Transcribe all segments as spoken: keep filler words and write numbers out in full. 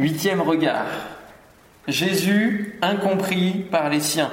Huitième regard. Jésus incompris par les siens.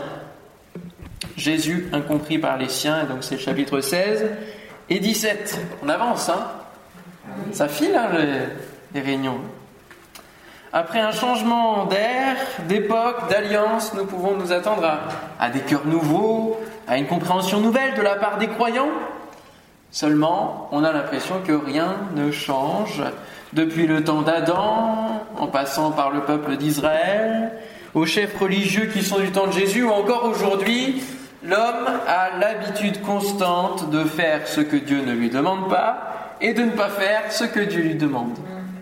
Jésus incompris par les siens, et donc c'est le chapitre seize et dix-sept. On avance, hein ? Ça file, hein, les, les réunions. Après un changement d'air, d'époque, d'alliance, nous pouvons nous attendre à, à des cœurs nouveaux, à une compréhension nouvelle de la part des croyants. Seulement, on a l'impression que rien ne change depuis le temps d'Adam, en passant par le peuple d'Israël, aux chefs religieux qui sont du temps de Jésus, ou encore aujourd'hui, l'homme a l'habitude constante de faire ce que Dieu ne lui demande pas et de ne pas faire ce que Dieu lui demande.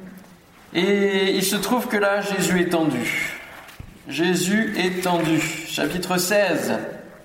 Et il se trouve que là, Jésus est tendu. Jésus est tendu. Chapitre seize.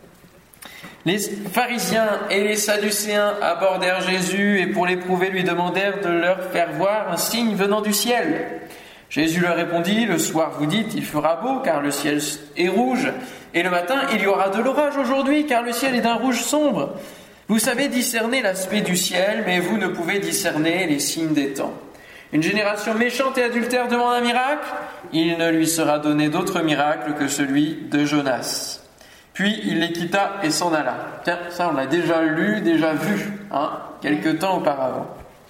Les pharisiens et les sadducéens abordèrent Jésus et pour l'éprouver lui demandèrent de leur faire voir un signe venant du ciel. Jésus leur répondit, le soir vous dites, il fera beau car le ciel est rouge, et le matin il y aura de l'orage aujourd'hui car le ciel est d'un rouge sombre. Vous savez discerner l'aspect du ciel, mais vous ne pouvez discerner les signes des temps. Une génération méchante et adultère demande un miracle, il ne lui sera donné d'autre miracle que celui de Jonas. Puis il les quitta et s'en alla. Tiens, ça on l'a déjà lu, déjà vu, hein, quelque temps auparavant.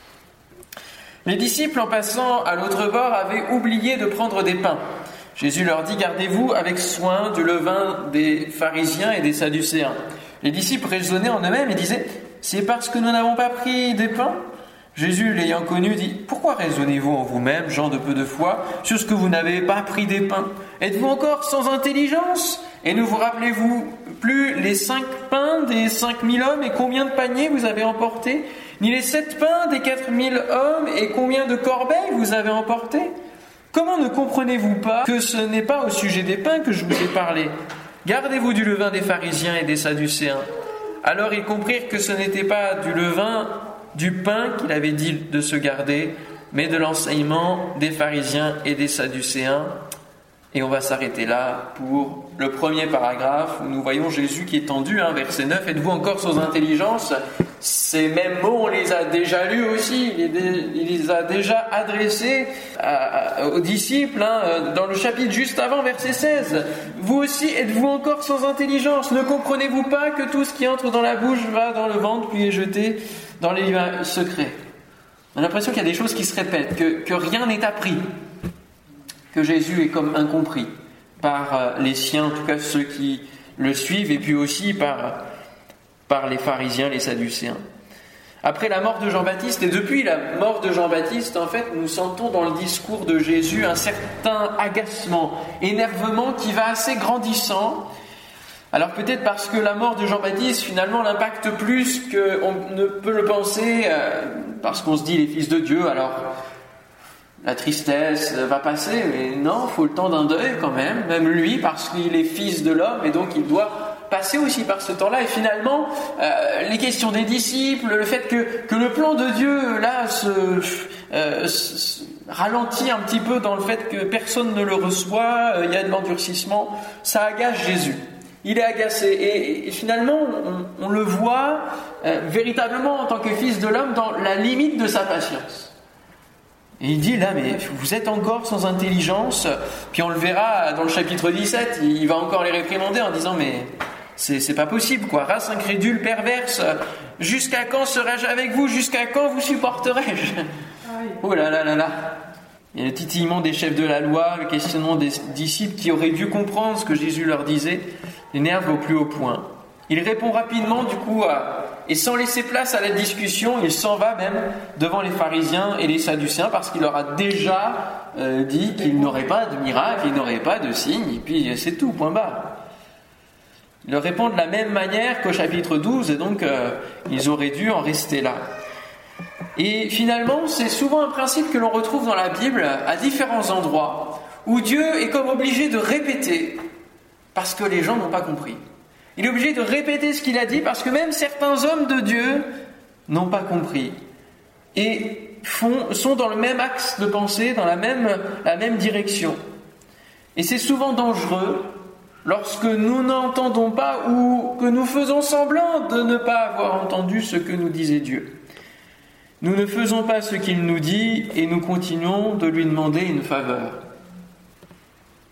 Les disciples, en passant à l'autre bord, avaient oublié de prendre des pains. Jésus leur dit, gardez-vous avec soin du levain des pharisiens et des sadducéens. Les disciples raisonnaient en eux-mêmes et disaient, c'est parce que nous n'avons pas pris des pains ? Jésus, l'ayant connu, dit, pourquoi raisonnez-vous en vous-même, gens de peu de foi, sur ce que vous n'avez pas pris des pains ? Êtes-vous encore sans intelligence ? Et ne vous rappelez-vous plus les cinq pains des cinq mille hommes et combien de paniers vous avez emportés ? Ni les sept pains des quatre mille hommes et combien de corbeilles vous avez emportés ? Comment ne comprenez-vous pas que ce n'est pas au sujet des pains que je vous ai parlé ? Gardez-vous du levain des pharisiens et des sadducéens. Alors ils comprirent que ce n'était pas du levain, du pain qu'il avait dit de se garder, mais de l'enseignement des pharisiens et des sadducéens. Et on va s'arrêter là pour le premier paragraphe où nous voyons Jésus qui est tendu, hein, verset neuf. Êtes-vous encore sans intelligence ? Ces mêmes mots, on les a déjà lus aussi, il les a déjà adressés à, à, aux disciples, hein, dans le chapitre juste avant, verset seize. Vous aussi, êtes-vous encore sans intelligence ? Ne comprenez-vous pas que tout ce qui entre dans la bouche va dans le ventre puis est jeté dans les lieux secrets ? On a l'impression qu'il y a des choses qui se répètent, que, que rien n'est appris, que Jésus est comme incompris par les siens, en tout cas ceux qui le suivent, et puis aussi par, par les pharisiens, les sadducéens. Après la mort de Jean-Baptiste, et depuis la mort de Jean-Baptiste, en fait, nous sentons dans le discours de Jésus un certain agacement, énervement qui va assez grandissant. Alors peut-être parce que la mort de Jean-Baptiste, finalement, l'impacte plus qu'on ne peut le penser, euh, parce qu'on se dit les fils de Dieu, alors la tristesse va passer, mais non, il faut le temps d'un deuil quand même, même lui, parce qu'il est fils de l'homme, et donc il doit passer aussi par ce temps-là. Et finalement, euh, les questions des disciples, le fait que, que le plan de Dieu, là, se, euh, se ralentit un petit peu dans le fait que personne ne le reçoit, euh, il y a de l'endurcissement, ça agace Jésus. Il est agacé. Et, et finalement, on, on le voit euh, véritablement en tant que fils de l'homme dans la limite de sa patience. Et il dit là, mais vous êtes encore sans intelligence. Puis on le verra dans le chapitre dix-sept, il va encore les réprimander en disant, mais c'est, c'est pas possible, quoi. Race incrédule, perverse, jusqu'à quand serai-je avec vous ? Jusqu'à quand vous supporterai-je ? Oh là là là là. Il y a le titillement des chefs de la loi, le questionnement des disciples qui auraient dû comprendre ce que Jésus leur disait, l'énerve au plus haut point. Il répond rapidement, du coup, à, et sans laisser place à la discussion, il s'en va même devant les pharisiens et les sadducéens parce qu'il leur a déjà euh, dit qu'il n'aurait pas de miracle, il n'aurait pas de signe, et puis c'est tout, point barre. Il leur répond de la même manière qu'au chapitre douze, et donc euh, ils auraient dû en rester là. Et finalement, c'est souvent un principe que l'on retrouve dans la Bible à différents endroits, où Dieu est comme obligé de répéter parce que les gens n'ont pas compris. Il est obligé de répéter ce qu'il a dit parce que même certains hommes de Dieu n'ont pas compris et font, sont dans le même axe de pensée, dans la même, la même direction. Et c'est souvent dangereux lorsque nous n'entendons pas ou que nous faisons semblant de ne pas avoir entendu ce que nous disait Dieu. Nous ne faisons pas ce qu'il nous dit et nous continuons de lui demander une faveur.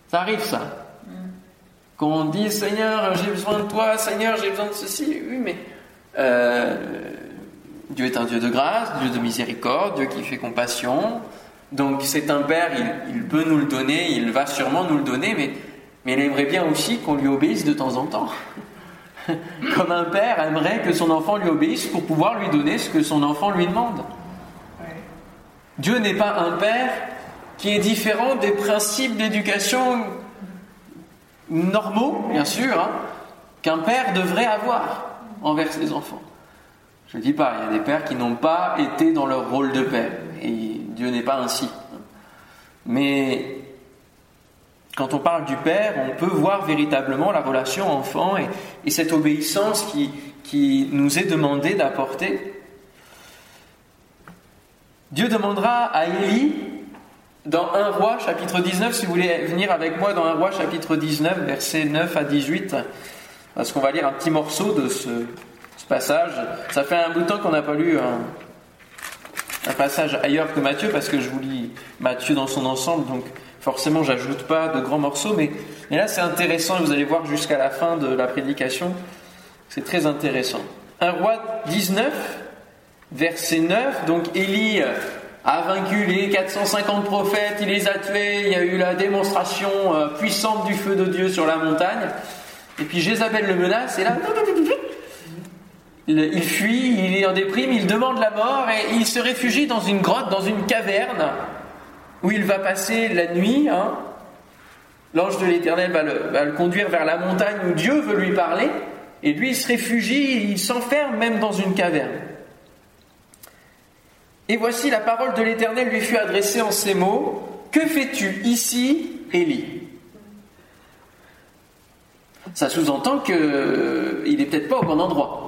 Ça arrive, ça. Mm. Quand on dit « Seigneur, j'ai besoin de toi, Seigneur, j'ai besoin de ceci », oui, mais euh, Dieu est un Dieu de grâce, Dieu de miséricorde, Dieu qui fait compassion. Donc c'est un Père, il, il peut nous le donner, il va sûrement nous le donner, mais, mais il aimerait bien aussi qu'on lui obéisse de temps en temps. Comme un père aimerait que son enfant lui obéisse pour pouvoir lui donner ce que son enfant lui demande. Dieu n'est pas un père qui est différent des principes d'éducation normaux, bien sûr, hein, qu'un père devrait avoir envers ses enfants. Je ne dis pas, il y a des pères qui n'ont pas été dans leur rôle de père, et Dieu n'est pas ainsi. Mais quand on parle du Père, on peut voir véritablement la relation enfant et, et cette obéissance qui, qui nous est demandée d'apporter. Dieu demandera à Élie, dans un roi, chapitre dix-neuf, si vous voulez venir avec moi dans un roi, chapitre dix-neuf, versets neuf à dix-huit, parce qu'on va lire un petit morceau de ce, ce passage. Ça fait un bout de temps qu'on n'a pas lu un, un passage ailleurs que Matthieu, parce que je vous lis Matthieu dans son ensemble, donc forcément, j'ajoute pas de grands morceaux, mais, mais là, c'est intéressant, et vous allez voir jusqu'à la fin de la prédication, c'est très intéressant. un roi dix-neuf, verset neuf, donc Élie a vaincu les quatre cent cinquante prophètes, il les a tués, il y a eu la démonstration puissante du feu de Dieu sur la montagne, et puis Jézabel le menace, et là, il fuit, il est en déprime, il demande la mort, et il se réfugie dans une grotte, dans une caverne, où il va passer la nuit. Hein. L'ange de l'Éternel va le, va le conduire vers la montagne où Dieu veut lui parler, et lui il se réfugie, il s'enferme même dans une caverne. Et voici la parole de l'Éternel lui fut adressée en ces mots: « Que fais-tu ici, Élie ?» Ça sous-entend qu'il n'est peut-être pas au bon endroit.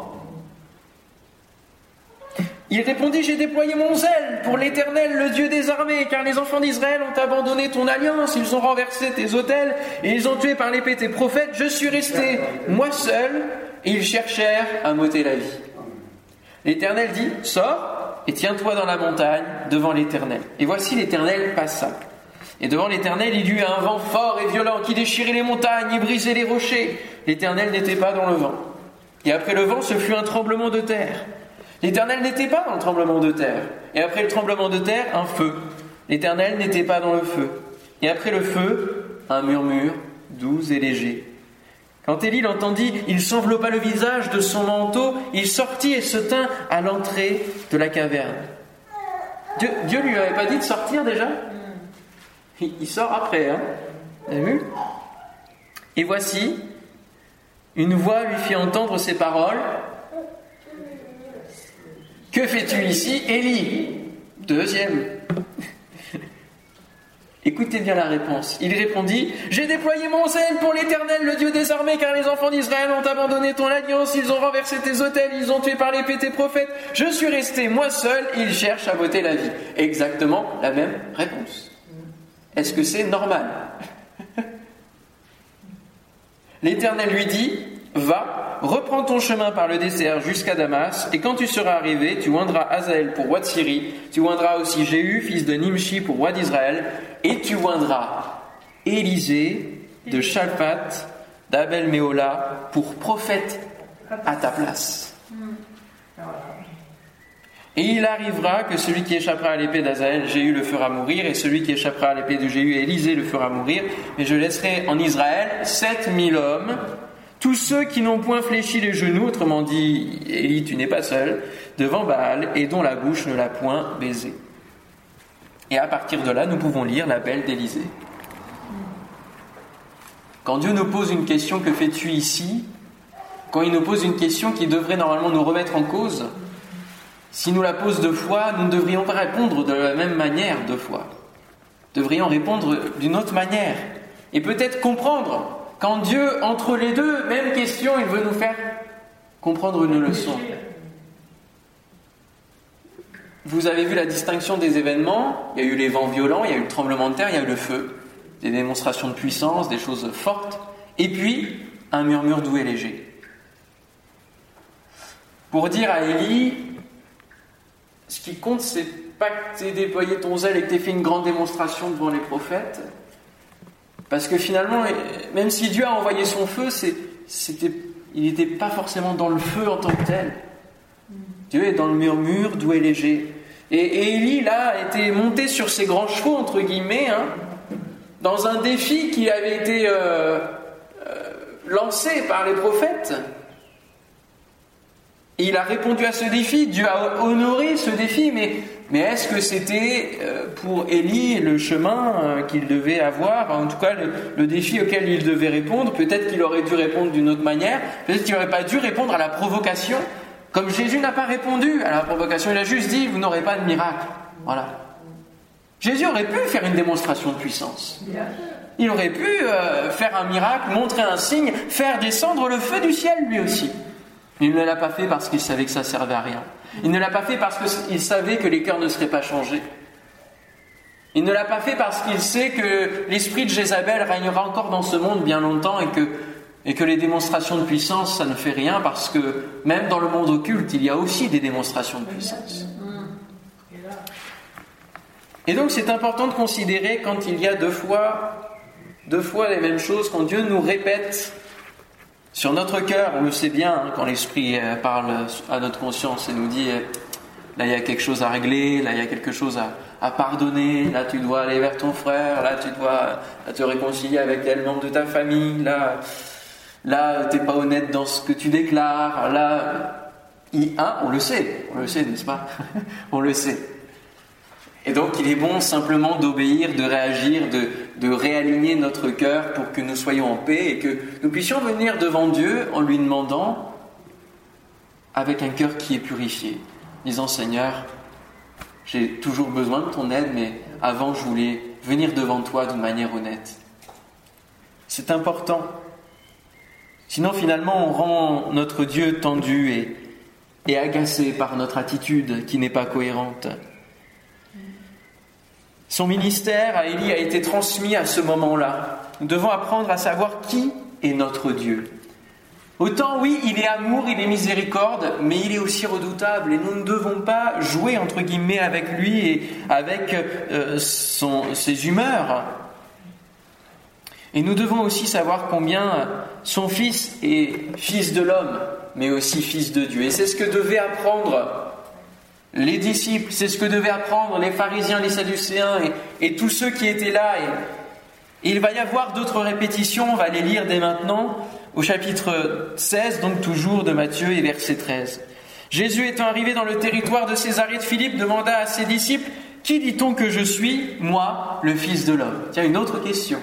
Il répondit: « J'ai déployé mon zèle pour l'Éternel, le Dieu des armées, car les enfants d'Israël ont abandonné ton alliance, ils ont renversé tes autels, et ils ont tué par l'épée tes prophètes. Je suis resté, moi seul, et ils cherchèrent à m'ôter la vie. » L'Éternel dit: « Sors, et tiens-toi dans la montagne, devant l'Éternel. » Et voici l'Éternel passa. Et devant l'Éternel, il y eut un vent fort et violent qui déchirait les montagnes et brisait les rochers. L'Éternel n'était pas dans le vent. Et après le vent, ce fut un tremblement de terre. L'Éternel n'était pas dans le tremblement de terre. Et après le tremblement de terre, un feu. L'Éternel n'était pas dans le feu. Et après le feu, un murmure doux et léger. Quand Élie l'entendit, il s'enveloppa le visage de son manteau, il sortit et se tint à l'entrée de la caverne. Dieu, Dieu lui avait pas dit de sortir déjà ? Il, il sort après, hein ? Vous avez vu ? Et voici, une voix lui fit entendre ces paroles. « Que fais-tu ici, Élie ?» Deuxième. Écoutez bien la réponse. Il répondit: « J'ai déployé mon zèle pour l'Éternel, le Dieu des armées, car les enfants d'Israël ont abandonné ton alliance, ils ont renversé tes autels, ils ont tué par l'épée tes prophètes. Je suis resté, moi seul, et ils cherchent à m'ôter la vie. » Exactement la même réponse. Est-ce que c'est normal ? L'Éternel lui dit: « Va, reprends ton chemin par le désert jusqu'à Damas, et quand tu seras arrivé, tu oindras Hazaël pour roi de Syrie, tu oindras aussi Jéhu, fils de Nimshi, pour roi d'Israël, et tu oindras Élisée de Shaphat, d'Abel-Méhola, pour prophète à ta place. Et il arrivera que celui qui échappera à l'épée d'Hazaël, Jéhu le fera mourir, et celui qui échappera à l'épée de Jéhu, Élisée le fera mourir, mais je laisserai en Israël sept mille hommes, tous ceux qui n'ont point fléchi les genoux, autrement dit, Élie, tu n'es pas seul, devant Baal, et dont la bouche ne l'a point baisé. » Et à partir de là, nous pouvons lire l'appel d'Élisée. Quand Dieu nous pose une question, que fais-tu ici ? Quand il nous pose une question qui devrait normalement nous remettre en cause, si nous la pose deux fois, nous ne devrions pas répondre de la même manière deux fois. Nous devrions répondre d'une autre manière. Et peut-être comprendre. Quand Dieu, entre les deux, même question, il veut nous faire comprendre une leçon. Vous avez vu la distinction des événements. Il y a eu les vents violents, il y a eu le tremblement de terre, il y a eu le feu. Des démonstrations de puissance, des choses fortes. Et puis, un murmure doux et léger. Pour dire à Élie, ce qui compte, c'est pas que tu aies déployé ton zèle et que tu aies fait une grande démonstration devant les prophètes. Parce que finalement, même si Dieu a envoyé son feu, c'est, c'était, il n'était pas forcément dans le feu en tant que tel. Dieu est dans le murmure, doux et léger. Et, et Élie, là, était monté sur ses grands chevaux, entre guillemets, hein, dans un défi qui avait été euh, euh, lancé par les prophètes. Et il a répondu à ce défi, Dieu a honoré ce défi, mais, mais est-ce que c'était euh, pour Élie le chemin euh, qu'il devait avoir, en tout cas le, le défi auquel il devait répondre? Peut-être qu'il aurait dû répondre d'une autre manière, peut-être qu'il n'aurait pas dû répondre à la provocation, comme Jésus n'a pas répondu à la provocation, il a juste dit, vous n'aurez pas de miracle. Voilà. Jésus aurait pu faire une démonstration de puissance. Il aurait pu euh, faire un miracle, montrer un signe, faire descendre le feu du ciel lui aussi. Il ne l'a pas fait parce qu'il savait que ça ne servait à rien. Il ne l'a pas fait parce qu'il savait que les cœurs ne seraient pas changés. Il ne l'a pas fait parce qu'il sait que l'esprit de Jézabel régnera encore dans ce monde bien longtemps et que, et que les démonstrations de puissance, ça ne fait rien, parce que même dans le monde occulte, il y a aussi des démonstrations de puissance. Et donc c'est important de considérer quand il y a deux fois, deux fois les mêmes choses, quand Dieu nous répète sur notre cœur, on le sait bien, hein, quand l'Esprit euh, parle à notre conscience et nous dit euh, là il y a quelque chose à régler, là il y a quelque chose à, à pardonner, là tu dois aller vers ton frère, là tu dois là, te réconcilier avec tel membre de ta famille, là, là t'es pas honnête dans ce que tu déclares, là, il, hein, on le sait, on le sait, n'est-ce pas? On le sait. Et donc il est bon simplement d'obéir, de réagir, de, de réaligner notre cœur pour que nous soyons en paix et que nous puissions venir devant Dieu en lui demandant, avec un cœur qui est purifié, disant Seigneur, j'ai toujours besoin de ton aide, mais avant je voulais venir devant toi d'une manière honnête. C'est important. Sinon finalement on rend notre Dieu tendu et, et agacé par notre attitude qui n'est pas cohérente. Son ministère à Élie a été transmis à ce moment-là. Nous devons apprendre à savoir qui est notre Dieu. Autant, oui, il est amour, il est miséricorde, mais il est aussi redoutable. Et nous ne devons pas jouer, entre guillemets, avec lui et avec euh, son, ses humeurs. Et nous devons aussi savoir combien son fils est fils de l'homme, mais aussi fils de Dieu. Et c'est ce que devait apprendre les disciples, c'est ce que devaient apprendre les pharisiens, les sadducéens et, et tous ceux qui étaient là. Et, et il va y avoir d'autres répétitions, on va les lire dès maintenant, au chapitre seize, donc toujours de Matthieu et verset treize. Jésus étant arrivé dans le territoire de Césarée de Philippe, demanda à ses disciples, « Qui dit-on que je suis, moi, le Fils de l'homme ?» Tiens, une autre question.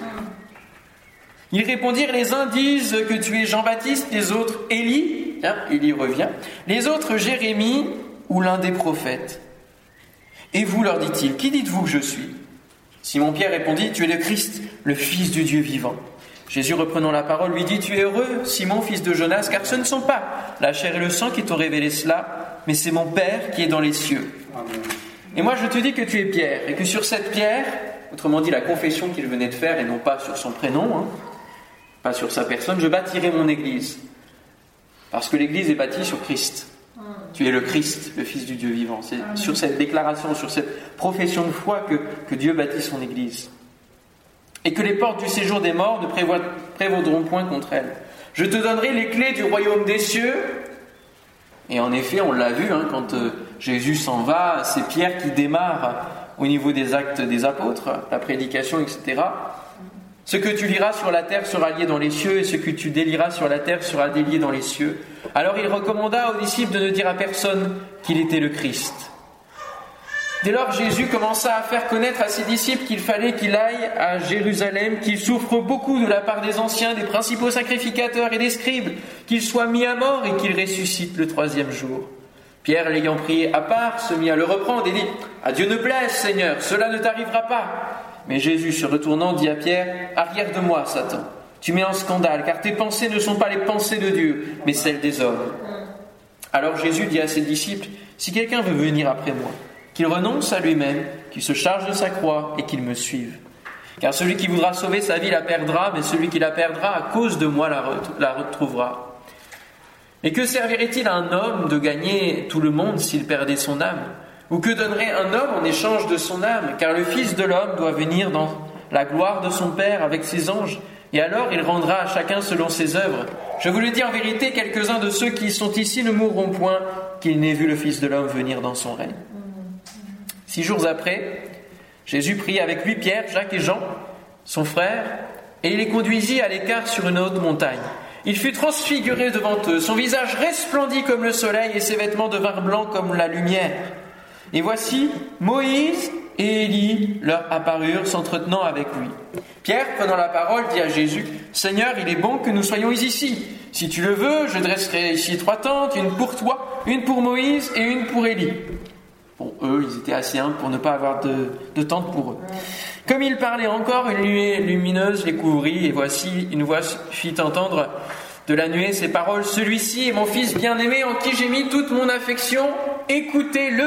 Ils répondirent, les uns disent que tu es Jean-Baptiste, les autres Élie, tiens, Élie revient, les autres Jérémie, ou l'un des prophètes. Et vous, leur dit-il, qui dites-vous que je suis? Simon-Pierre répondit, tu es le Christ, le Fils du Dieu vivant. Jésus, reprenant la parole, lui dit, tu es heureux, Simon, fils de Jonas, car ce ne sont pas la chair et le sang qui t'ont révélé cela, mais c'est mon Père qui est dans les cieux. Amen. Et moi, je te dis que tu es Pierre, et que sur cette pierre, autrement dit la confession qu'il venait de faire, et non pas sur son prénom, hein, pas sur sa personne, je bâtirai mon Église. Parce que l'Église est bâtie sur Christ. Tu es le Christ, le Fils du Dieu vivant. C'est Amen. Sur cette déclaration, sur cette profession de foi que, que Dieu bâtit son Église. Et que les portes du séjour des morts ne prévaudront point contre elle. Je te donnerai les clés du royaume des cieux. Et en effet, on l'a vu, hein, quand euh, Jésus s'en va, c'est Pierre qui démarre au niveau des actes des apôtres, la prédication, et cetera. Ce que tu liras sur la terre sera lié dans les cieux, et ce que tu délieras sur la terre sera délié dans les cieux. Alors il recommanda aux disciples de ne dire à personne qu'il était le Christ. Dès lors, Jésus commença à faire connaître à ses disciples qu'il fallait qu'il aille à Jérusalem, qu'il souffre beaucoup de la part des anciens, des principaux sacrificateurs et des scribes, qu'il soit mis à mort et qu'il ressuscite le troisième jour. Pierre, l'ayant pris à part, se mit à le reprendre et dit « À Dieu ne plaise, Seigneur, cela ne t'arrivera pas !» Mais Jésus, se retournant, dit à Pierre, « Arrière de moi, Satan, tu mets en scandale, car tes pensées ne sont pas les pensées de Dieu, mais celles des hommes. » Alors Jésus dit à ses disciples, « Si quelqu'un veut venir après moi, qu'il renonce à lui-même, qu'il se charge de sa croix et qu'il me suive. Car celui qui voudra sauver sa vie la perdra, mais celui qui la perdra à cause de moi la, ret- la retrouvera. Et que servirait-il à un homme de gagner tout le monde s'il perdait son âme ? Ou que donnerait un homme en échange de son âme ? Car le Fils de l'homme doit venir dans la gloire de son Père avec ses anges, et alors il rendra à chacun selon ses œuvres. Je vous le dis en vérité, quelques-uns de ceux qui sont ici ne mourront point, qu'ils n'aient vu le Fils de l'homme venir dans son règne. » Six jours après, Jésus prit avec lui Pierre, Jacques et Jean, son frère, et il les conduisit à l'écart sur une haute montagne. Il fut transfiguré devant eux, son visage resplendit comme le soleil et ses vêtements devinrent blancs comme la lumière. Et voici, Moïse et Élie leur apparurent, s'entretenant avec lui. Pierre, prenant la parole, dit à Jésus, « Seigneur, il est bon que nous soyons ici. Si tu le veux, je dresserai ici trois tentes, une pour toi, une pour Moïse et une pour Élie. » Bon, eux, ils étaient assez humbles pour ne pas avoir de, de tente pour eux. Comme il parlait encore, une nuée lumineuse les couvrit, et voici, une voix fit entendre de la nuée ces paroles, « Celui-ci est mon fils bien-aimé en qui j'ai mis toute mon affection, écoutez-le »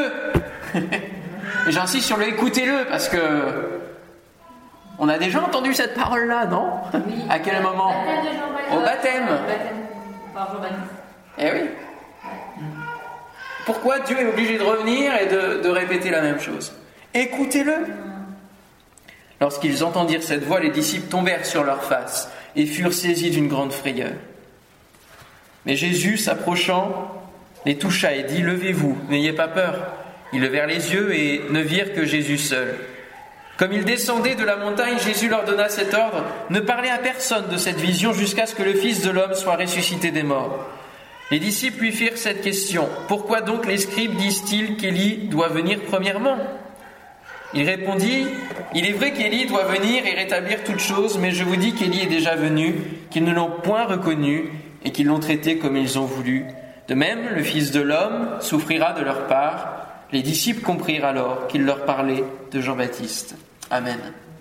Et j'insiste sur le « écoutez-le » parce que on a déjà entendu cette parole-là, non ? Oui. À quel moment ? Au baptême. Au baptême. Par Jean-Baptiste. Eh oui. Pourquoi Dieu est obligé de revenir et de, de répéter la même chose ? Écoutez-le. Lorsqu'ils entendirent cette voix, les disciples tombèrent sur leurs faces et furent saisis d'une grande frayeur. Mais Jésus, s'approchant, les toucha et dit « Levez-vous, n'ayez pas peur ». Ils levèrent les yeux et ne virent que Jésus seul. Comme ils descendaient de la montagne, Jésus leur donna cet ordre « Ne parlez à personne de cette vision jusqu'à ce que le Fils de l'homme soit ressuscité des morts. » Les disciples lui firent cette question. « Pourquoi donc les scribes disent-ils qu'Élie doit venir premièrement ?» Il répondit « Il est vrai qu'Élie doit venir et rétablir toutes choses, mais je vous dis qu'Élie est déjà venu, qu'ils ne l'ont point reconnu et qu'ils l'ont traité comme ils ont voulu. De même, le Fils de l'homme souffrira de leur part. » Les disciples comprirent alors qu'il leur parlait de Jean-Baptiste. Amen.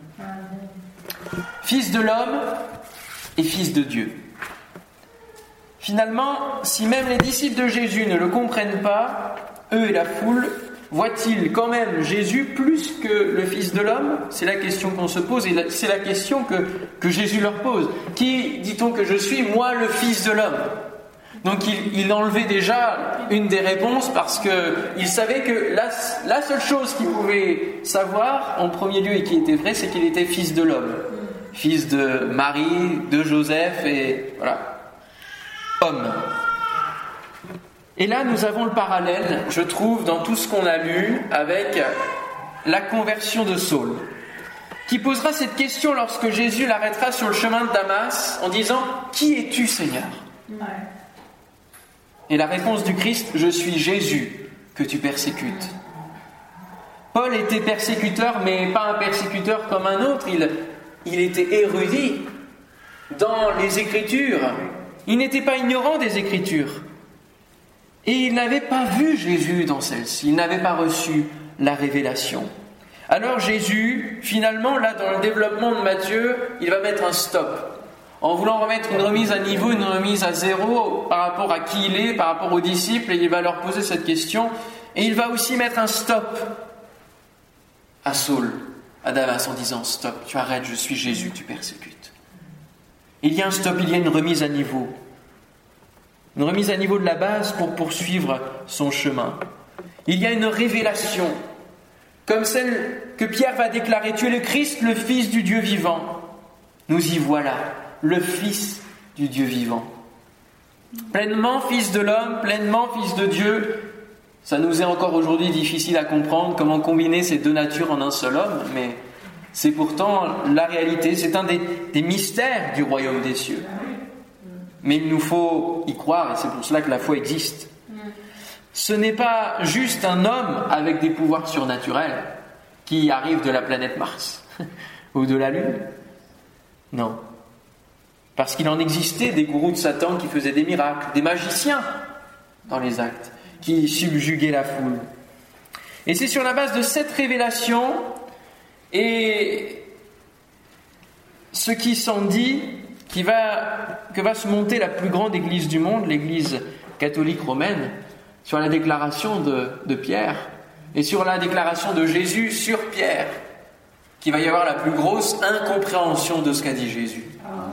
Fils de l'homme et fils de Dieu. Finalement, si même les disciples de Jésus ne le comprennent pas, eux et la foule, voient-ils quand même Jésus plus que le Fils de l'homme ? C'est la question qu'on se pose et c'est la question que, que Jésus leur pose. Qui dit-on que je suis, moi, le Fils de l'homme ? Donc il, il enlevait déjà une des réponses parce qu'il savait que la, la seule chose qu'il pouvait savoir en premier lieu et qui était vrai, c'est qu'il était fils de l'homme. Fils de Marie, de Joseph et voilà. Homme. Et là nous avons le parallèle, je trouve, dans tout ce qu'on a lu avec la conversion de Saul, qui posera cette question lorsque Jésus l'arrêtera sur le chemin de Damas en disant « Qui es-tu, Seigneur ?» Ouais. Et la réponse du Christ, « Je suis Jésus que tu persécutes. » Paul était persécuteur, mais pas un persécuteur comme un autre. Il, il était érudit dans les Écritures. Il n'était pas ignorant des Écritures. Et il n'avait pas vu Jésus dans celle-ci. Il n'avait pas reçu la révélation. Alors Jésus, finalement, là, dans le développement de Matthieu, il va mettre un stop. En voulant remettre une remise à niveau, une remise à zéro par rapport à qui il est, par rapport aux disciples, et il va leur poser cette question. Et il va aussi mettre un stop à Saul, à Damas, en disant « Stop, tu arrêtes, je suis Jésus, tu persécutes. » Il y a un stop, il y a une remise à niveau. Une remise à niveau de la base pour poursuivre son chemin. Il y a une révélation, comme celle que Pierre va déclarer « Tu es le Christ, le Fils du Dieu vivant. » Nous y voilà. Le Fils du Dieu vivant. Pleinement Fils de l'homme, pleinement Fils de Dieu. Ça nous est encore aujourd'hui difficile à comprendre comment combiner ces deux natures en un seul homme, mais c'est pourtant la réalité, c'est un des, des mystères du royaume des cieux. Mais il nous faut y croire et c'est pour cela que la foi existe. Ce n'est pas juste un homme avec des pouvoirs surnaturels qui arrive de la planète Mars ou de la Lune. Non. Parce qu'il en existait des gourous de Satan qui faisaient des miracles, des magiciens dans les actes, qui subjuguaient la foule. Et c'est sur la base de cette révélation et ce qui s'en dit qui va, que va se monter la plus grande église du monde, l'église catholique romaine, sur la déclaration de, de Pierre et sur la déclaration de Jésus sur Pierre, qu'il va y avoir la plus grosse incompréhension de ce qu'a dit Jésus.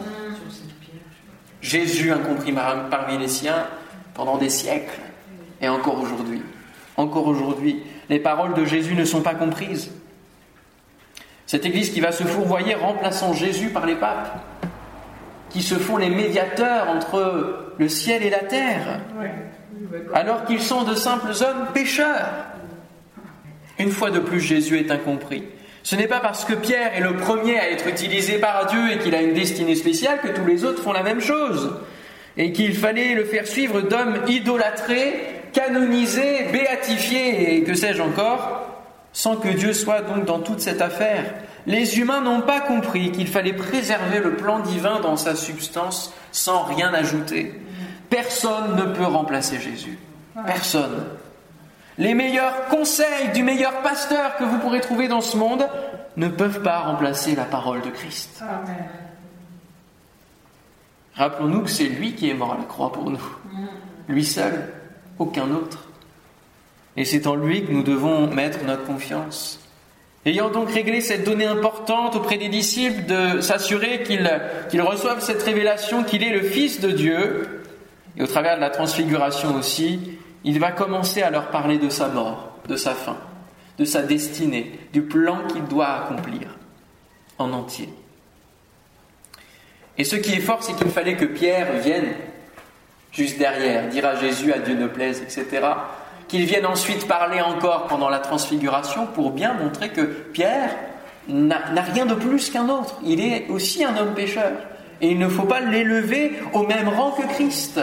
Jésus incompris parmi les siens pendant des siècles et encore aujourd'hui. Encore aujourd'hui, les paroles de Jésus ne sont pas comprises. Cette Église qui va se fourvoyer remplaçant Jésus par les papes, qui se font les médiateurs entre le ciel et la terre, alors qu'ils sont de simples hommes pécheurs. Une fois de plus, Jésus est incompris. Ce n'est pas parce que Pierre est le premier à être utilisé par Dieu et qu'il a une destinée spéciale que tous les autres font la même chose, et qu'il fallait le faire suivre d'hommes idolâtrés, canonisés, béatifiés et que sais-je encore, sans que Dieu soit donc dans toute cette affaire. Les humains n'ont pas compris qu'il fallait préserver le plan divin dans sa substance sans rien ajouter. Personne ne peut remplacer Jésus. Personne. Les meilleurs conseils du meilleur pasteur que vous pourrez trouver dans ce monde ne peuvent pas remplacer la parole de Christ. Amen. Rappelons-nous que c'est lui qui est mort à la croix pour nous. Lui seul, aucun autre. Et c'est en lui que nous devons mettre notre confiance. Ayant donc réglé cette donnée importante auprès des disciples de s'assurer qu'ils, qu'ils reçoivent cette révélation qu'il est le Fils de Dieu, et au travers de la transfiguration aussi, il va commencer à leur parler de sa mort, de sa fin, de sa destinée, du plan qu'il doit accomplir en entier. Et ce qui est fort, c'est qu'il fallait que Pierre vienne juste derrière, dire à Jésus, à Dieu ne plaise, et cetera, qu'il vienne ensuite parler encore pendant la transfiguration pour bien montrer que Pierre n'a, n'a rien de plus qu'un autre. Il est aussi un homme pécheur. Et il ne faut pas l'élever au même rang que Christ.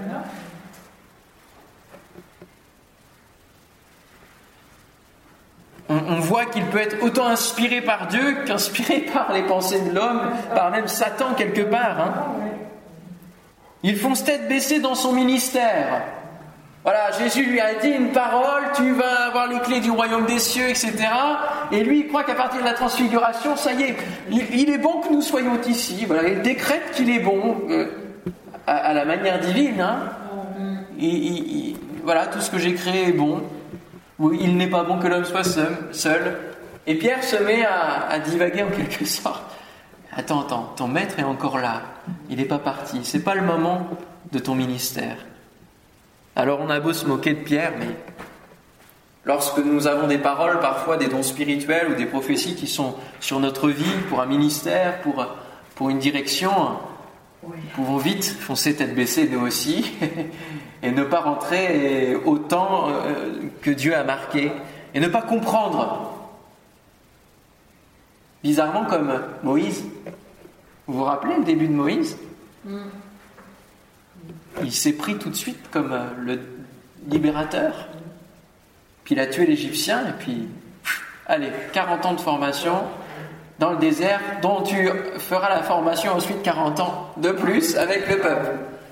On, on voit qu'il peut être autant inspiré par Dieu qu'inspiré par les pensées de l'homme, par même Satan quelque part. Hein. Il fonce tête baissée dans son ministère. Voilà, Jésus lui a dit une parole, tu vas avoir les clés du royaume des cieux, et cetera. Et lui, il croit qu'à partir de la transfiguration, ça y est, il, il est bon que nous soyons ici. Voilà, il décrète qu'il est bon, euh, à, à la manière divine. Hein. Il, il, il, voilà, tout ce que j'ai créé est bon. Oui, il n'est pas bon que l'homme soit seul. seul. Et Pierre se met à, à divaguer en quelque sorte. Attends, attends, ton maître est encore là. Il n'est pas parti. C'est pas le moment de ton ministère. Alors on a beau se moquer de Pierre, mais lorsque nous avons des paroles, parfois des dons spirituels ou des prophéties qui sont sur notre vie, pour un ministère, pour, pour une direction, nous pouvons vite foncer tête baissée nous aussi et ne pas rentrer au temps que Dieu a marqué et ne pas comprendre. Bizarrement comme Moïse. Vous vous rappelez le début de Moïse ? Mm. Il s'est pris tout de suite comme le libérateur. Puis il a tué l'Égyptien et puis, pff, allez, quarante ans de formation dans le désert, dont tu feras la formation ensuite quarante ans de plus avec le peuple.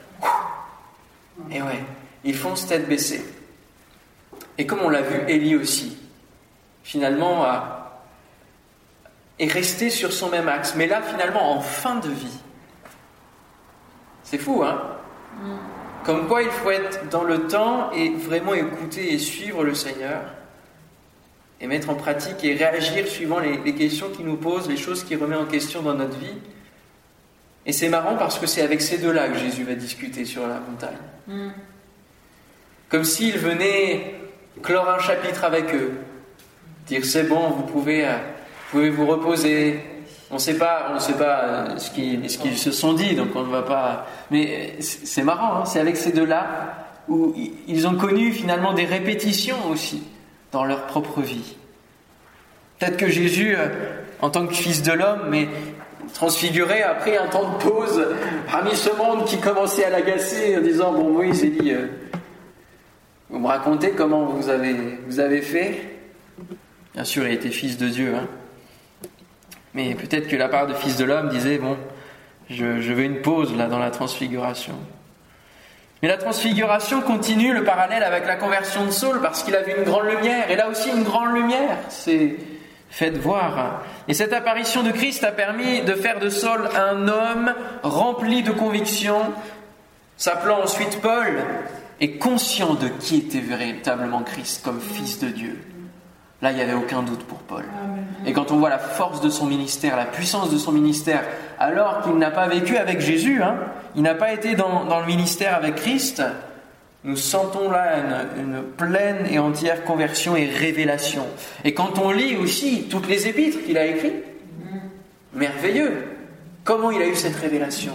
Et ouais, ils foncent tête baissée. Et comme on l'a vu, Élie aussi, finalement, a, est resté sur son même axe, mais là, finalement, en fin de vie. C'est fou, hein ? Comme quoi il faut être dans le temps et vraiment écouter et suivre le Seigneur et mettre en pratique et réagir suivant les, les questions qu'il nous pose, les choses qu'il remet en question dans notre vie. Et c'est marrant parce que c'est avec ces deux-là que Jésus va discuter sur la montagne. Mm. Comme s'il venait clore un chapitre avec eux, dire c'est bon, vous pouvez, vous pouvez vous reposer. On ne sait pas, on ne sait pas ce qu'ils, ce qu'ils se sont dit, donc on ne va pas. Mais c'est marrant, hein, c'est avec ces deux-là où ils ont connu finalement des répétitions aussi dans leur propre vie. Peut-être que Jésus, en tant que fils de l'homme, mais transfiguré après un temps de pause parmi ce monde qui commençait à l'agacer en disant bon Moïse, Élie, euh, vous me racontez comment vous avez vous avez fait. Bien sûr, il était fils de Dieu, hein. Mais peut-être que la part de fils de l'homme disait, bon, je, je veux une pause là dans la transfiguration. Mais la transfiguration continue le parallèle avec la conversion de Saul parce qu'il a vu une grande lumière. Et là aussi une grande lumière, c'est fait voir. Et cette apparition de Christ a permis de faire de Saul un homme rempli de conviction, s'appelant ensuite Paul, et conscient de qui était véritablement Christ comme Fils de Dieu. Là, il n'y avait aucun doute pour Paul. Et quand on voit la force de son ministère, la puissance de son ministère, alors qu'il n'a pas vécu avec Jésus, hein, il n'a pas été dans, dans le ministère avec Christ, nous sentons là une, une pleine et entière conversion et révélation. Et quand on lit aussi toutes les épîtres qu'il a écrites, merveilleux. Comment il a eu cette révélation?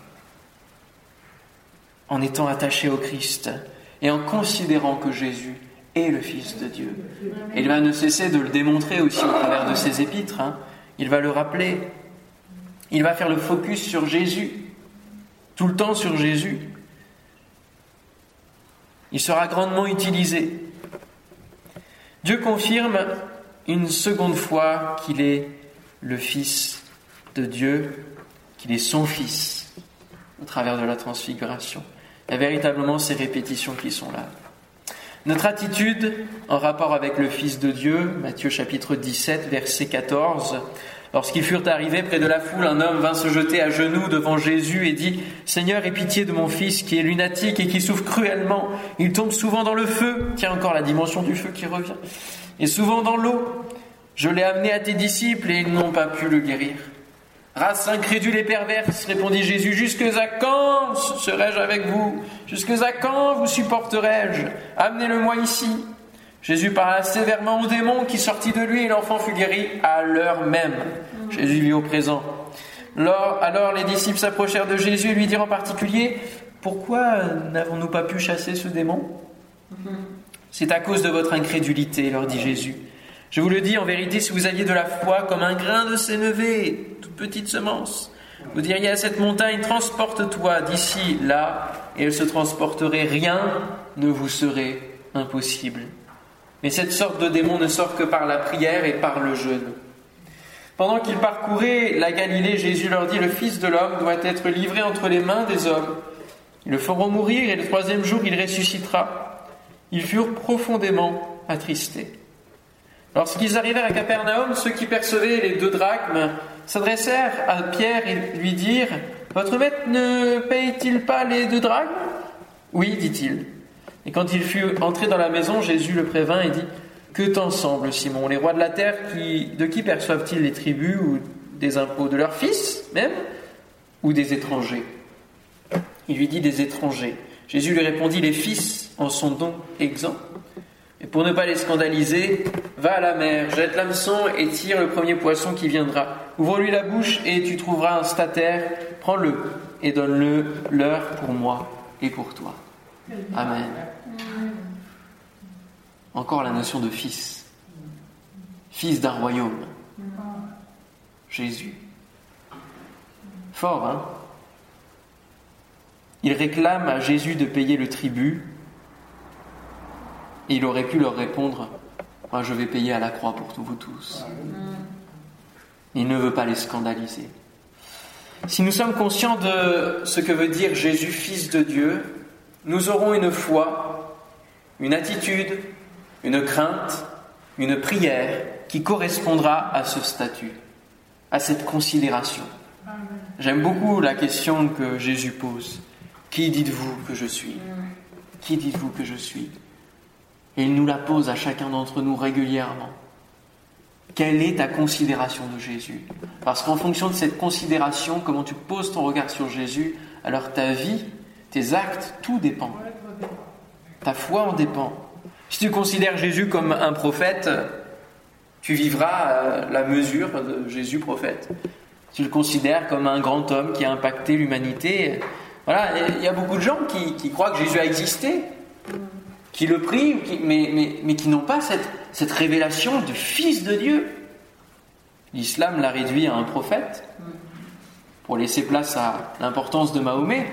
En étant attaché au Christ et en considérant que Jésus est le Fils de Dieu. Et il va ne cesser de le démontrer aussi au travers de ses épîtres. Hein. Il va le rappeler. Il va faire le focus sur Jésus. Tout le temps sur Jésus. Il sera grandement utilisé. Dieu confirme une seconde fois qu'il est le Fils de Dieu, qu'il est son Fils, au travers de la transfiguration. Il y a véritablement ces répétitions qui sont là. Notre attitude en rapport avec le Fils de Dieu, Matthieu chapitre dix-sept, verset quatorze, lorsqu'ils furent arrivés près de la foule, un homme vint se jeter à genoux devant Jésus et dit « Seigneur, aie pitié de mon fils qui est lunatique et qui souffre cruellement. Il tombe souvent dans le feu. » Tiens, encore la dimension du feu qui revient. « Et souvent dans l'eau. Je l'ai amené à tes disciples et ils n'ont pas pu le guérir. » « Race incrédule et perverse, répondit Jésus, jusque à quand serai-je avec vous? Jusque à quand vous supporterai-je? Amenez-le-moi ici. » Jésus parla sévèrement au démon qui sortit de lui et l'enfant fut guéri à l'heure même. Jésus vit au présent. Alors, alors les disciples s'approchèrent de Jésus et lui dirent en particulier « Pourquoi n'avons-nous pas pu chasser ce démon ?»« C'est à cause de votre incrédulité, leur dit Jésus. Je vous le dis, en vérité, si vous aviez de la foi comme un grain de sénévé, toute petite semence, vous diriez à cette montagne, transporte-toi d'ici, là, et elle se transporterait, rien ne vous serait impossible. Mais cette sorte de démon ne sort que par la prière et par le jeûne. Pendant qu'ils parcouraient la Galilée, Jésus leur dit, le Fils de l'homme doit être livré entre les mains des hommes. Ils le feront mourir et le troisième jour, il ressuscitera. Ils furent profondément attristés. Lorsqu'ils arrivèrent à Capernaum, ceux qui percevaient les deux drachmes s'adressèrent à Pierre et lui dirent « Votre maître ne paye-t-il pas les deux drachmes ?» « Oui, dit-il. » Et quand il fut entré dans la maison, Jésus le prévint et dit « Que t'en semble, Simon? Les rois de la terre, qui, de qui perçoivent-ils les tributs ou des impôts? De leurs fils, même? Ou des étrangers ?» Il lui dit « Des étrangers. » Jésus lui répondit « Les fils en sont donc exempts. Et pour ne pas les scandaliser, va à la mer, jette l'hameçon et tire le premier poisson qui viendra. Ouvre-lui la bouche et tu trouveras un statère. Prends-le et donne-le leur pour moi et pour toi. » Amen. Encore la notion de fils. Fils d'un royaume. Jésus. Fort, hein? Il réclame à Jésus de payer le tribut. Et il aurait pu leur répondre « Moi, je vais payer à la croix pour vous tous. » Il ne veut pas les scandaliser. Si nous sommes conscients de ce que veut dire Jésus, Fils de Dieu, nous aurons une foi, une attitude, une crainte, une prière qui correspondra à ce statut, à cette considération. J'aime beaucoup la question que Jésus pose. « Qui dites-vous que je suis ? Qui dites-vous que je suis ?» Et il nous la pose à chacun d'entre nous régulièrement. Quelle est ta considération de Jésus? Parce qu'en fonction de cette considération, comment tu poses ton regard sur Jésus, alors ta vie, tes actes, tout dépend. Ta foi en dépend. Si tu considères Jésus comme un prophète, tu vivras la mesure de Jésus prophète. Si tu le considères comme un grand homme qui a impacté l'humanité, voilà, il y a beaucoup de gens qui, qui croient que Jésus a existé, qui le prient, qui, mais, mais, mais qui n'ont pas cette, cette révélation de Fils de Dieu. L'islam l'a réduit à un prophète pour laisser place à l'importance de Mahomet,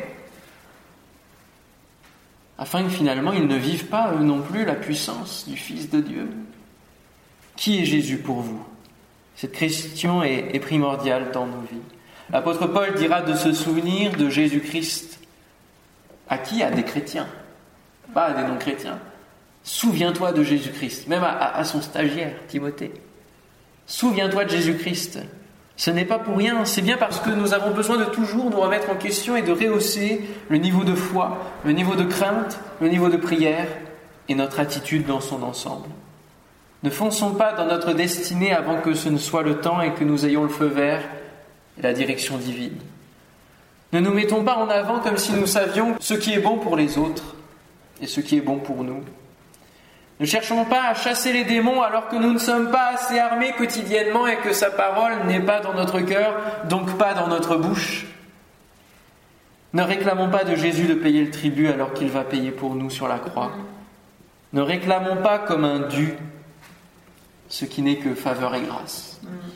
afin que finalement ils ne vivent pas eux non plus la puissance du Fils de Dieu. Qui est Jésus pour vous? Cette question est, est primordiale dans nos vies. L'apôtre Paul dira de se souvenir de Jésus-Christ. À qui? À des chrétiens, pas à des non-chrétiens. Souviens-toi de Jésus-Christ, même à, à, à son stagiaire, Timothée. Souviens-toi de Jésus-Christ. Ce n'est pas pour rien, c'est bien parce que nous avons besoin de toujours nous remettre en question et de rehausser le niveau de foi, le niveau de crainte, le niveau de prière et notre attitude dans son ensemble. Ne fonçons pas dans notre destinée avant que ce ne soit le temps et que nous ayons le feu vert et la direction divine. Ne nous mettons pas en avant comme si nous savions ce qui est bon pour les autres et ce qui est bon pour nous. Ne cherchons pas à chasser les démons alors que nous ne sommes pas assez armés quotidiennement et que sa parole n'est pas dans notre cœur, donc pas dans notre bouche. Ne réclamons pas de Jésus de payer le tribut alors qu'il va payer pour nous sur la croix. Ne réclamons pas comme un dû ce qui n'est que faveur et grâce.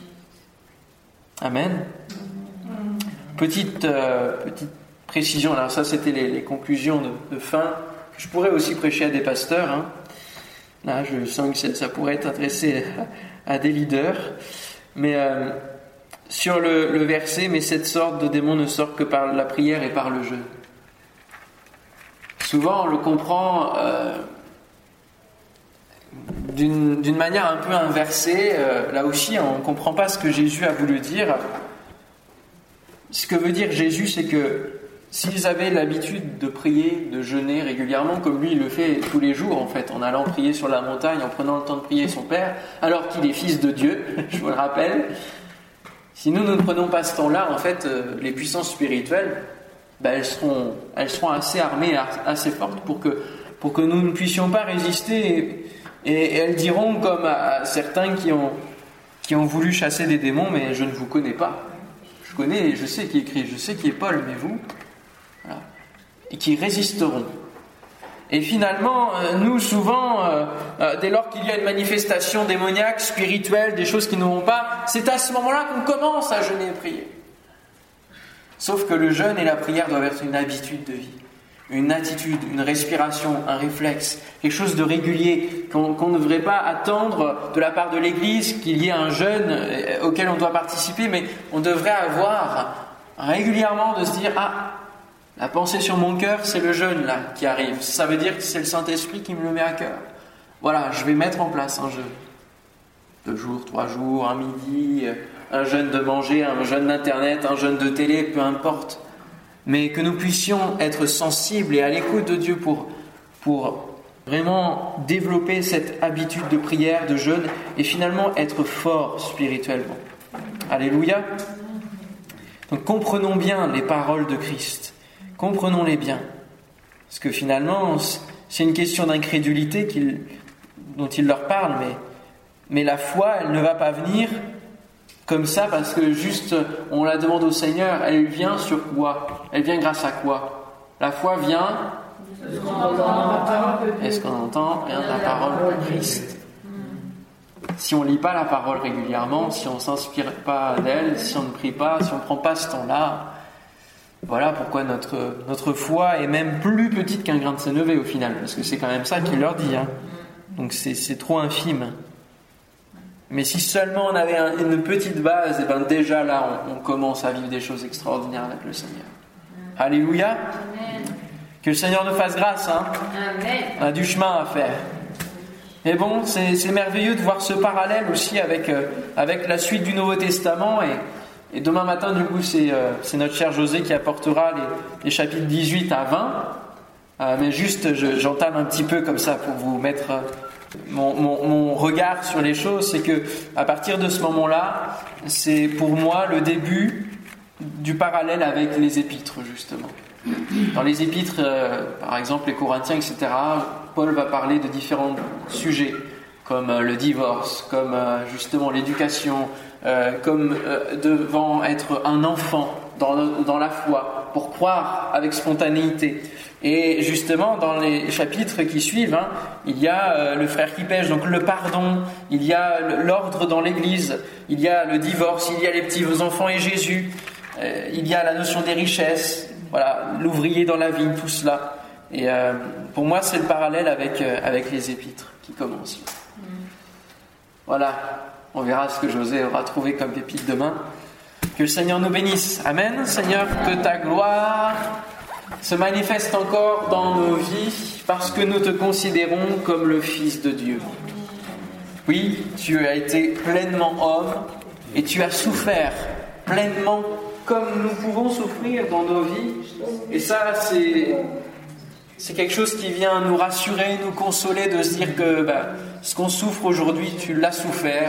Amen. Petite, euh, petite précision, alors ça c'était les, les conclusions de, de fin. Je pourrais aussi prêcher à des pasteurs, hein. Là, je sens que ça, ça pourrait être adressé à, à des leaders. Mais euh, sur le, le verset, mais cette sorte de démons ne sort que par la prière et par le jeûne. Souvent, on le comprend euh, d'une, d'une manière un peu inversée. Euh, là aussi, on ne comprend pas ce que Jésus a voulu dire. Ce que veut dire Jésus, c'est que s'ils avaient l'habitude de prier, de jeûner régulièrement, comme lui il le fait tous les jours en fait, en allant prier sur la montagne, en prenant le temps de prier son Père, alors qu'il est fils de Dieu, je vous le rappelle, si nous, nous ne prenons pas ce temps-là, en fait, euh, les puissances spirituelles, ben, elles seront, elles seront assez armées, assez fortes pour que, pour que nous ne puissions pas résister. Et, et, et elles diront, comme à, à certains qui ont, qui ont voulu chasser des démons, mais je ne vous connais pas. Je connais, je sais qui est Christ, je sais qui est Paul, mais vous... Voilà. Et qui résisteront. Et finalement, nous souvent, euh, euh, dès lors qu'il y a une manifestation démoniaque, spirituelle, des choses qui ne vont pas, c'est à ce moment-là qu'on commence à jeûner et prier. Sauf que le jeûne et la prière doivent être une habitude de vie, une attitude, une respiration, un réflexe, quelque chose de régulier, qu'on, qu'on ne devrait pas attendre de la part de l'Église qu'il y ait un jeûne auquel on doit participer, mais on devrait avoir régulièrement de se dire « Ah, la pensée sur mon cœur, c'est le jeûne là qui arrive. Ça veut dire que c'est le Saint-Esprit qui me le met à cœur. Voilà, je vais mettre en place un jeûne. Deux jours, trois jours, un midi, un jeûne de manger, un jeûne d'internet, un jeûne de télé, peu importe. Mais que nous puissions être sensibles et à l'écoute de Dieu pour, pour vraiment développer cette habitude de prière, de jeûne et finalement être forts spirituellement. Alléluia. Donc comprenons bien les paroles de Christ. Comprenons-les bien. Parce que finalement, c'est une question d'incrédulité qu'il, dont il leur parle, mais, mais la foi, elle ne va pas venir comme ça parce que juste on la demande au Seigneur. Elle vient sur quoi ? Elle vient grâce à quoi ? La foi vient... Est-ce qu'on entend, Est-ce qu'on entend rien de la parole de Christ ? Si on ne lit pas la parole régulièrement, si on ne s'inspire pas d'elle, si on ne prie pas, si on ne prend pas ce temps-là... Voilà pourquoi notre, notre foi est même plus petite qu'un grain de sénévé au final, parce que c'est quand même ça qu'il leur dit. Hein. Donc c'est, c'est trop infime. Mais si seulement on avait un, une petite base, et ben déjà là on, on commence à vivre des choses extraordinaires avec le Seigneur. Alléluia. Amen. Que le Seigneur nous fasse grâce. Hein. Amen. On a du chemin à faire. Mais bon, c'est, c'est merveilleux de voir ce parallèle aussi avec, euh, avec la suite du Nouveau Testament et Et demain matin, du coup, c'est, euh, c'est notre cher José qui apportera les, les chapitres dix-huit à vingt. Euh, mais juste, je, j'entame un petit peu comme ça pour vous mettre euh, mon, mon, mon regard sur les choses. C'est que à partir de ce moment-là, c'est pour moi le début du parallèle avec les épîtres, justement. Dans les épîtres, euh, par exemple les Corinthiens, et cetera, Paul va parler de différents sujets, comme euh, le divorce, comme euh, justement l'éducation, Euh, comme euh, devant être un enfant dans, dans la foi, pour croire avec spontanéité. Et justement, dans les chapitres qui suivent, hein, il y a euh, le frère qui pêche, donc le pardon, il y a l'ordre dans l'Église, il y a le divorce, il y a les petits enfants et Jésus, euh, il y a la notion des richesses, voilà, l'ouvrier dans la vigne, tout cela. Et euh, pour moi, c'est le parallèle avec, euh, avec les épîtres qui commencent. Voilà. On verra ce que José aura trouvé comme pépite demain. Que le Seigneur nous bénisse. Amen. Seigneur, que ta gloire se manifeste encore dans nos vies parce que nous te considérons comme le Fils de Dieu. Oui, tu as été pleinement homme et tu as souffert pleinement comme nous pouvons souffrir dans nos vies. Et ça, c'est... C'est quelque chose qui vient nous rassurer, nous consoler, de se dire que ben, ce qu'on souffre aujourd'hui, tu l'as souffert.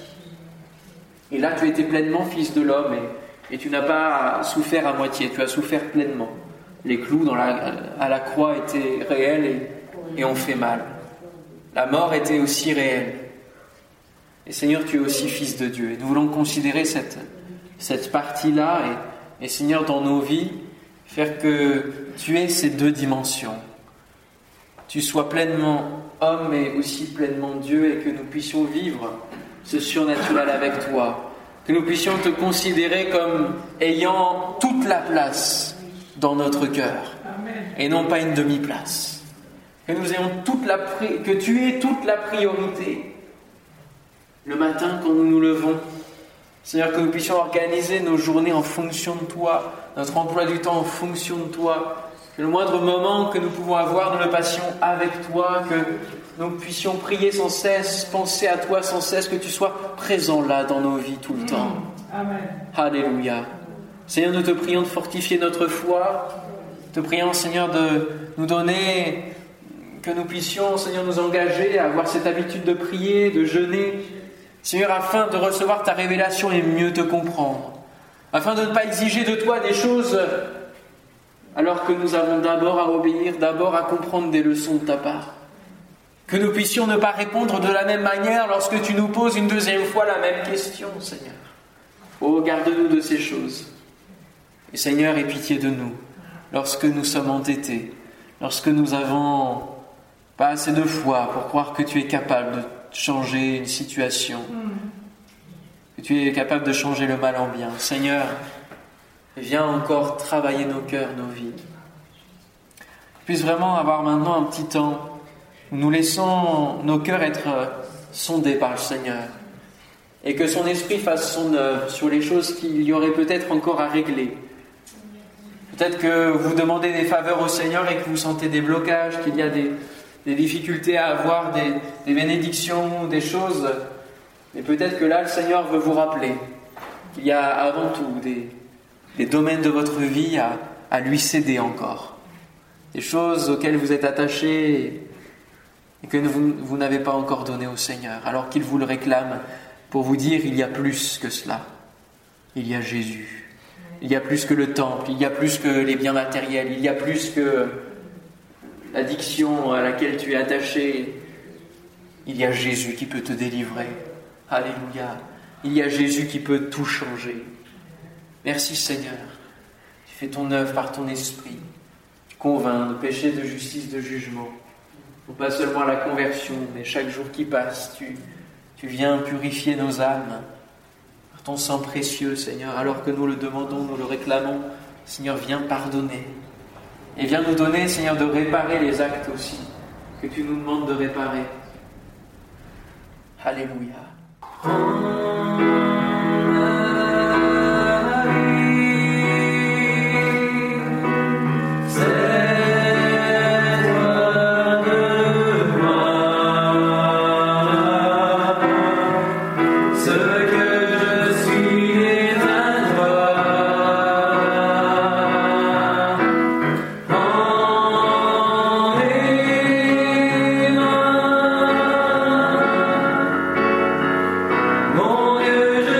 Et là, tu as été pleinement fils de l'homme et, et tu n'as pas souffert à moitié, tu as souffert pleinement. Les clous dans la, à la croix étaient réels et, et ont fait mal. La mort était aussi réelle. Et Seigneur, tu es aussi Fils de Dieu. Et nous voulons considérer cette, cette partie-là et, et Seigneur, dans nos vies, faire que tu aies ces deux dimensions. Tu sois pleinement homme et aussi pleinement Dieu et que nous puissions vivre ce surnaturel avec toi. Que nous puissions te considérer comme ayant toute la place dans notre cœur et non pas une demi-place. Que nous ayons toute la pri- que tu aies toute la priorité. Le matin, quand nous nous levons, Seigneur, que nous puissions organiser nos journées en fonction de toi, notre emploi du temps en fonction de toi, que le moindre moment que nous pouvons avoir, nous le passions avec toi, que nous puissions prier sans cesse, penser à toi sans cesse, que tu sois présent là dans nos vies tout le temps. Amen. Alléluia. Seigneur, nous te prions de fortifier notre foi, te prions, Seigneur, de nous donner, que nous puissions, Seigneur, nous engager à avoir cette habitude de prier, de jeûner, Seigneur, afin de recevoir ta révélation et mieux te comprendre, afin de ne pas exiger de toi des choses alors que nous avons d'abord à obéir, d'abord à comprendre des leçons de ta part. Que nous puissions ne pas répondre de la même manière lorsque tu nous poses une deuxième fois la même question, Seigneur. Oh, garde-nous de ces choses. Et Seigneur, aie pitié de nous lorsque nous sommes entêtés, lorsque nous avons pas assez de foi pour croire que tu es capable de changer une situation, que tu es capable de changer le mal en bien. Seigneur, viens encore travailler nos cœurs, nos vies. Puisse vraiment avoir maintenant un petit temps où nous laissons nos cœurs être sondés par le Seigneur et que son esprit fasse son œuvre sur les choses qu'il y aurait peut-être encore à régler. Peut-être que vous demandez des faveurs au Seigneur et que vous sentez des blocages, qu'il y a des, des difficultés à avoir, des, des bénédictions, des choses. Mais peut-être que là, le Seigneur veut vous rappeler qu'il y a avant tout des, des domaines de votre vie à, à lui céder encore. Des choses auxquelles vous êtes attachés et que vous, vous n'avez pas encore donné au Seigneur, alors qu'il vous le réclame pour vous dire il y a plus que cela. Il y a Jésus. Il y a plus que le temple, il y a plus que les biens matériels, il y a plus que l'addiction à laquelle tu es attaché. Il y a Jésus qui peut te délivrer. Alléluia. Il y a Jésus qui peut tout changer. Merci Seigneur. Tu fais ton œuvre par ton esprit. Tu convaincs de péché, de justice, de jugement. Non pas seulement à la conversion, mais chaque jour qui passe, tu, tu viens purifier nos âmes. Ton sang précieux, Seigneur, alors que nous le demandons, nous le réclamons, Seigneur, viens pardonner. Et viens nous donner, Seigneur, de réparer les actes aussi, que tu nous demandes de réparer. Alléluia. Mon Dieu, je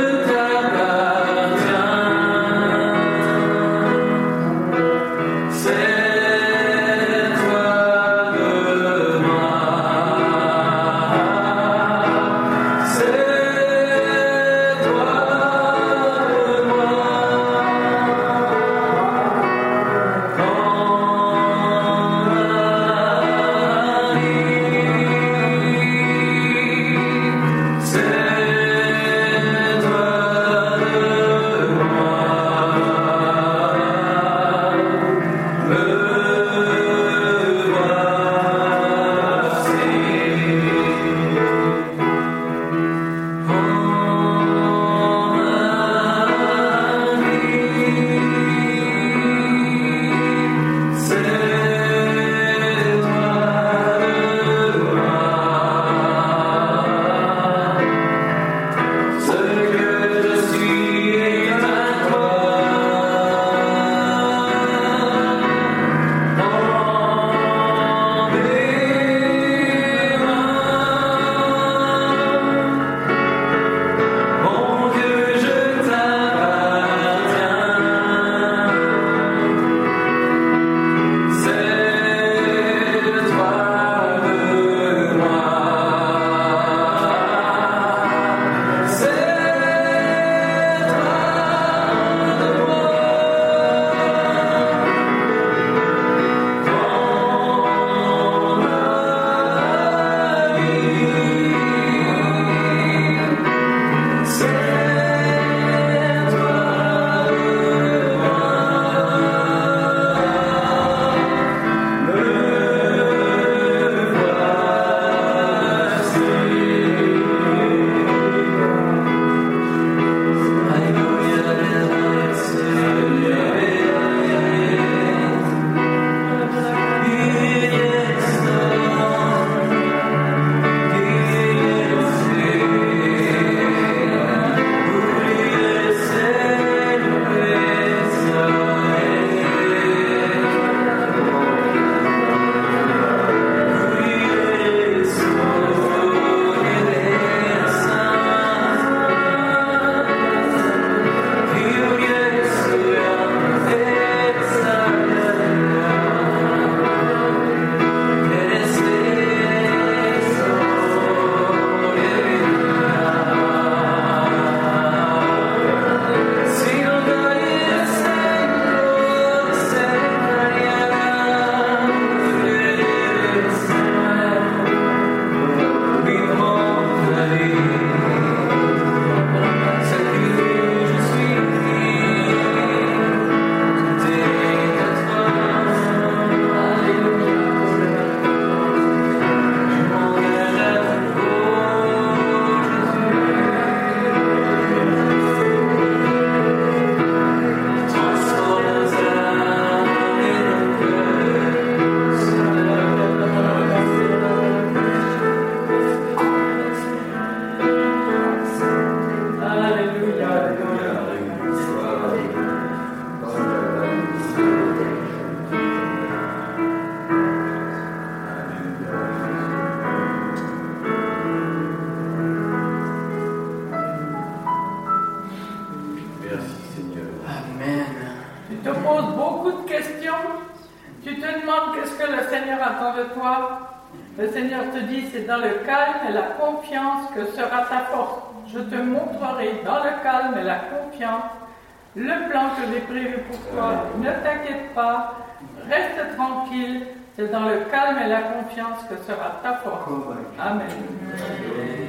demandes qu'est-ce que le Seigneur attend de toi, le Seigneur te dit c'est dans le calme et la confiance que sera ta force. Je te montrerai dans le calme et la confiance le plan que j'ai prévu pour toi. Ne t'inquiète pas, reste tranquille, c'est dans le calme et la confiance que sera ta force. Amen.